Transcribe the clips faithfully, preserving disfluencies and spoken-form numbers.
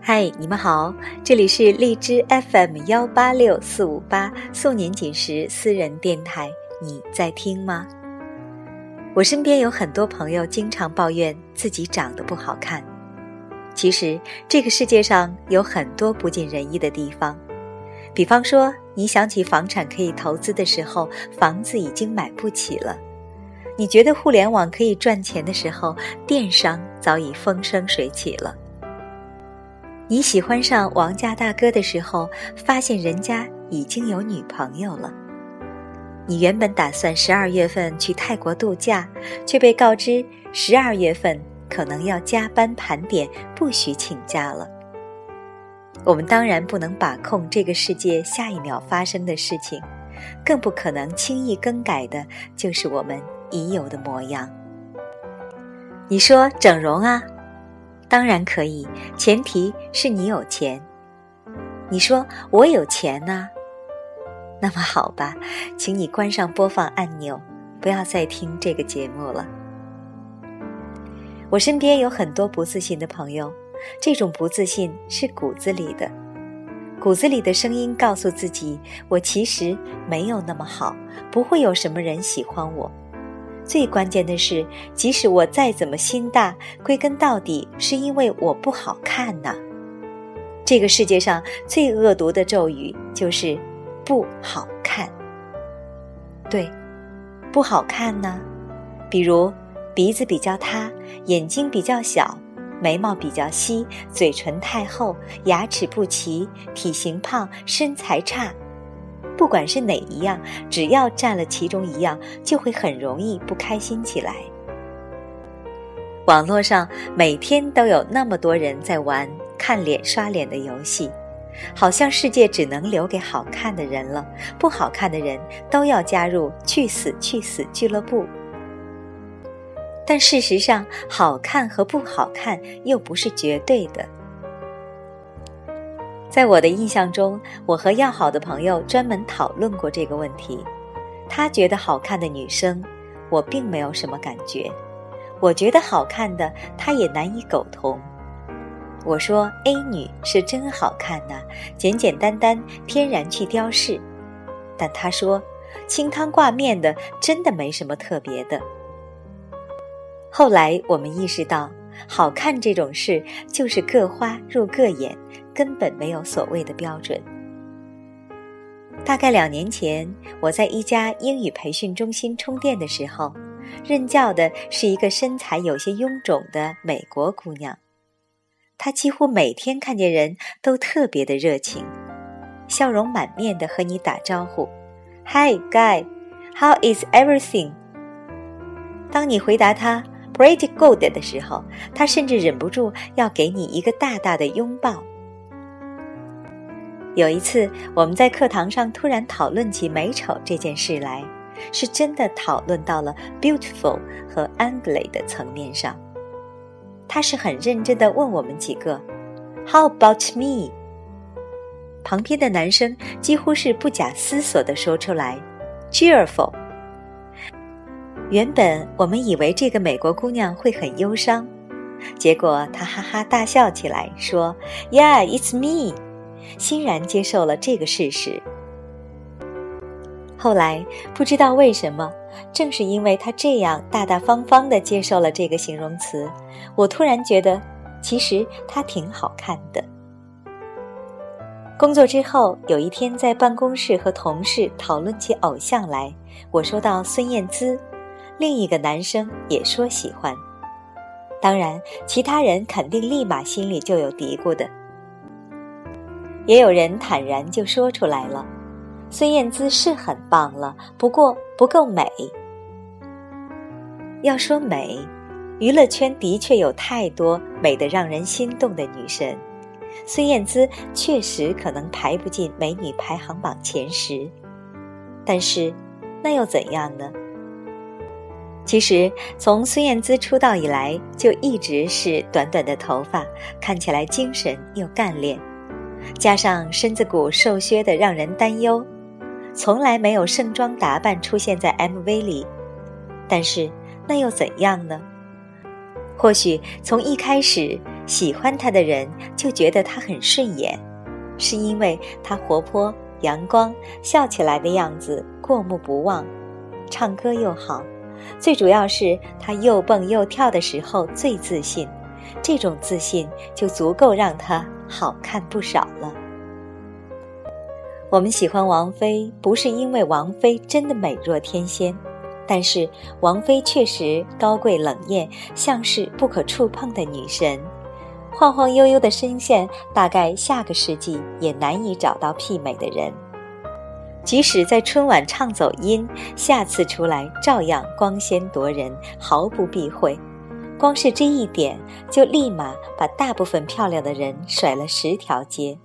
嗨，你们好，这里是荔枝 F M 一八六四五八宋年锦时私人电台，你在听吗？我身边有很多朋友经常抱怨自己长得不好看。其实这个世界上有很多不尽人意的地方，比方说你想起房产可以投资的时候，房子已经买不起了；你觉得互联网可以赚钱的时候，电商早已风生水起了；你喜欢上王家大哥的时候，发现人家已经有女朋友了；你原本打算十二月份去泰国度假，却被告知十二月份可能要加班盘点，不许请假了。我们当然不能把控这个世界下一秒发生的事情，更不可能轻易更改的就是我们已有的模样。你说整容啊？当然可以，前提是你有钱。你说我有钱啊？那么好吧，请你关上播放按钮，不要再听这个节目了。我身边有很多不自信的朋友，这种不自信是骨子里的，骨子里的声音告诉自己，我其实没有那么好，不会有什么人喜欢我。最关键的是，即使我再怎么心大，归根到底是因为我不好看呐。这个世界上最恶毒的咒语就是不好看。对，不好看呢，比如鼻子比较塌，眼睛比较小，眉毛比较稀，嘴唇太厚，牙齿不齐，体型胖，身材差。不管是哪一样，只要占了其中一样，就会很容易不开心起来。网络上每天都有那么多人在玩看脸刷脸的游戏，好像世界只能留给好看的人了，不好看的人都要加入去死去死俱乐部。但事实上，好看和不好看又不是绝对的。在我的印象中，我和要好的朋友专门讨论过这个问题。他觉得好看的女生，我并没有什么感觉；我觉得好看的，他也难以苟同。我说 A 女是真好看呐、啊，简简单单，天然去雕饰。但他说清汤挂面的真的没什么特别的。后来我们意识到，好看这种事就是各花入各眼，根本没有所谓的标准。大概两年前，我在一家英语培训中心充电的时候，任教的是一个身材有些臃肿的美国姑娘。她几乎每天看见人都特别的热情，笑容满面地和你打招呼 Hi guy, how is everything? 当你回答她Pretty good 的时候，他甚至忍不住要给你一个大大的拥抱。有一次，我们在课堂上突然讨论起美丑这件事来，是真的讨论到了 beautiful 和 ugly 的层面上。他是很认真地问我们几个 How about me? 旁边的男生几乎是不假思索地说出来 Cheerful。原本我们以为这个美国姑娘会很忧伤，结果她哈哈大笑起来，说 Yeah, it's me， 欣然接受了这个事实。后来不知道为什么，正是因为她这样大大方方地接受了这个形容词，我突然觉得其实她挺好看的。工作之后，有一天在办公室和同事讨论起偶像来，我说到孙燕姿，另一个男生也说喜欢，当然其他人肯定立马心里就有嘀咕的。也有人坦然就说出来了，孙燕姿是很棒了，不过不够美。要说美，娱乐圈的确有太多美得让人心动的女神，孙燕姿确实可能排不进美女排行榜前十，但是那又怎样呢？其实从孙燕姿出道以来，就一直是短短的头发，看起来精神又干练，加上身子骨瘦削的让人担忧，从来没有盛装打扮出现在 M V 里。但是那又怎样呢？或许从一开始喜欢他的人就觉得他很顺眼，是因为他活泼阳光，笑起来的样子过目不忘，唱歌又好，最主要是他又蹦又跳的时候最自信，这种自信就足够让他好看不少了。我们喜欢王菲，不是因为王菲真的美若天仙，但是王菲确实高贵冷艳，像是不可触碰的女神，晃晃悠悠的声线，大概下个世纪也难以找到媲美的人。即使在春晚唱走音，下次出来照样光鲜夺人，毫不避讳。光是这一点，就立马把大部分漂亮的人甩了十条街。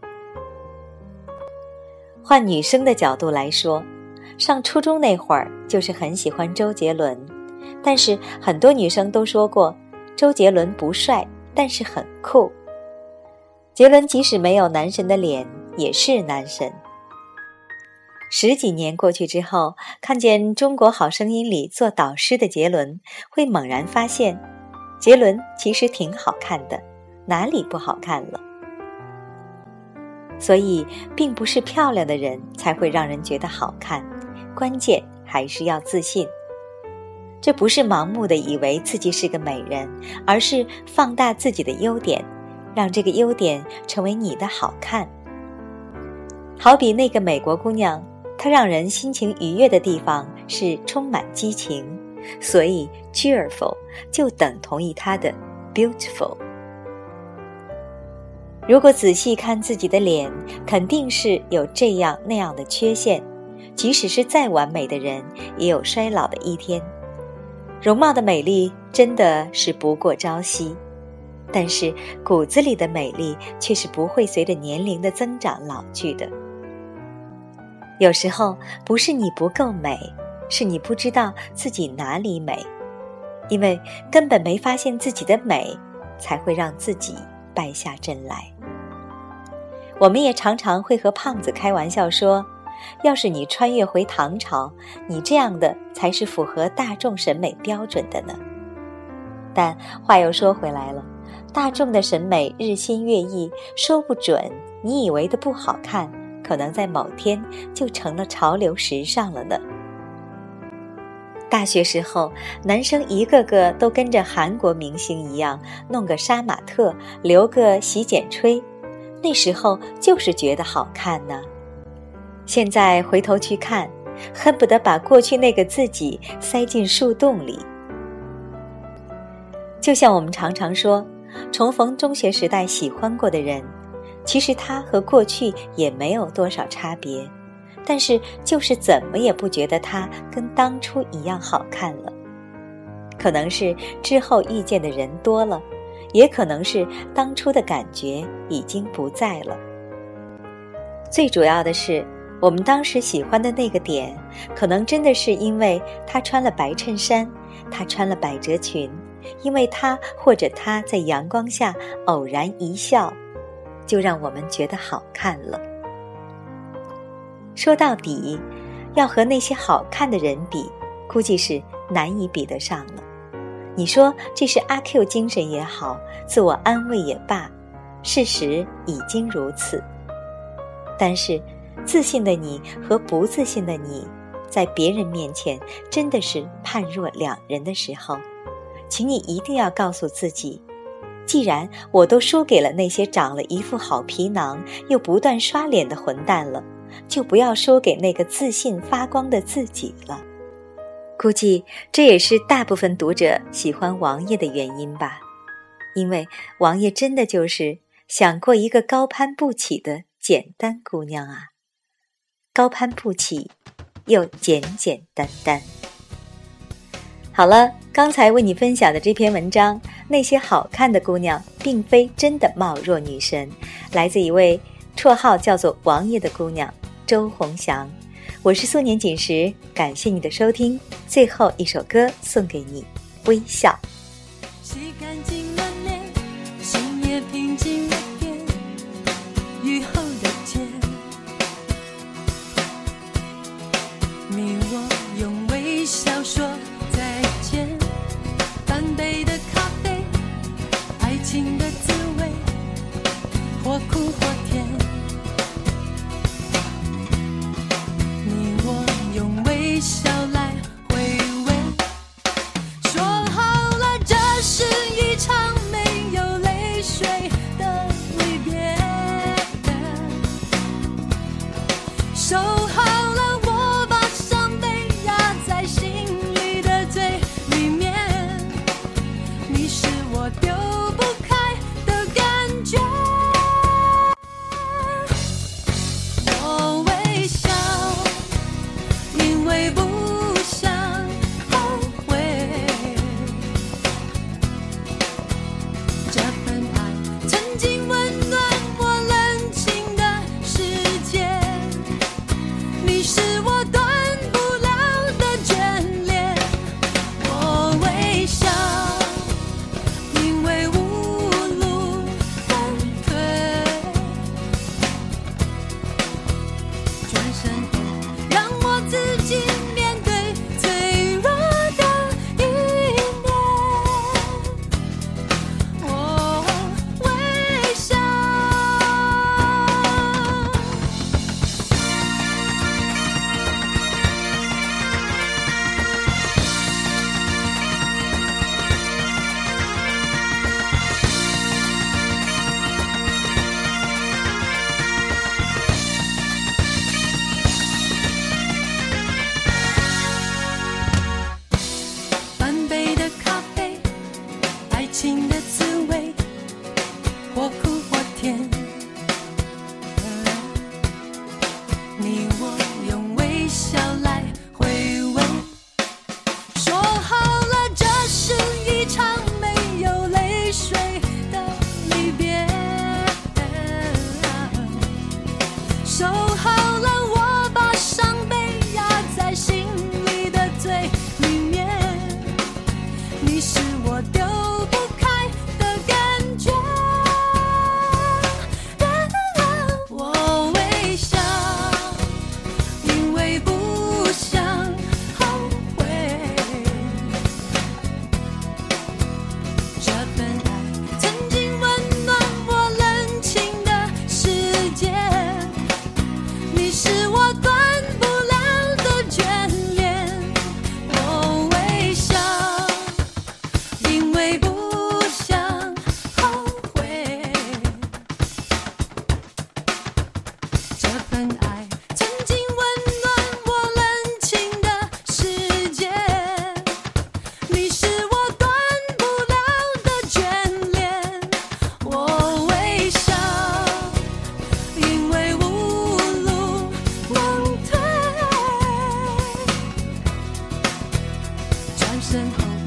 换女生的角度来说，上初中那会儿就是很喜欢周杰伦，但是很多女生都说过，周杰伦不帅，但是很酷。杰伦即使没有男神的脸，也是男神。十几年过去之后，看见《中国好声音》里做导师的杰伦，会猛然发现，杰伦其实挺好看的，哪里不好看了？所以并不是漂亮的人才会让人觉得好看，关键还是要自信。这不是盲目的以为自己是个美人，而是放大自己的优点，让这个优点成为你的好看。好比那个美国姑娘，她让人心情愉悦的地方是充满激情，所以 cheerful 就等同于她的 beautiful。如果仔细看自己的脸，肯定是有这样那样的缺陷，即使是再完美的人，也有衰老的一天。容貌的美丽真的是不过朝夕，但是骨子里的美丽却是不会随着年龄的增长老去的。有时候不是你不够美，是你不知道自己哪里美，因为根本没发现自己的美，才会让自己败下阵来。我们也常常会和胖子开玩笑说，要是你穿越回唐朝，你这样的才是符合大众审美标准的呢。但话又说回来了，大众的审美日新月异，说不准你以为的不好看，可能在某天就成了潮流时尚了呢。大学时候，男生一个个都跟着韩国明星一样，弄个杀马特，留个洗剪吹，那时候就是觉得好看呢。现在回头去看，恨不得把过去那个自己塞进树洞里。就像我们常常说，重逢中学时代喜欢过的人，其实他和过去也没有多少差别，但是就是怎么也不觉得他跟当初一样好看了。可能是之后遇见的人多了，也可能是当初的感觉已经不在了。最主要的是，我们当时喜欢的那个点，可能真的是因为他穿了白衬衫，他穿了百褶裙，因为他或者他在阳光下偶然一笑，就让我们觉得好看了。说到底，要和那些好看的人比，估计是难以比得上了。你说这是阿 Q 精神也好，自我安慰也罢，事实已经如此。但是自信的你和不自信的你，在别人面前真的是判若两人的时候，请你一定要告诉自己，既然我都输给了那些长了一副好皮囊又不断刷脸的混蛋了，就不要输给那个自信发光的自己了。估计这也是大部分读者喜欢王爷的原因吧，因为王爷真的就是想过一个高攀不起的简单姑娘啊，高攀不起又简简单单。好了，刚才为你分享的这篇文章，那些好看的姑娘并非真的貌若女神，来自一位绰号叫做王爷的姑娘周鸿祥。我是素年锦时，感谢你的收听，最后一首歌送给你，微笑。 洗干净了脸，心也平静了点，雨后的天，你我用微笑说再见，半杯的咖啡，爱情的滋味身后。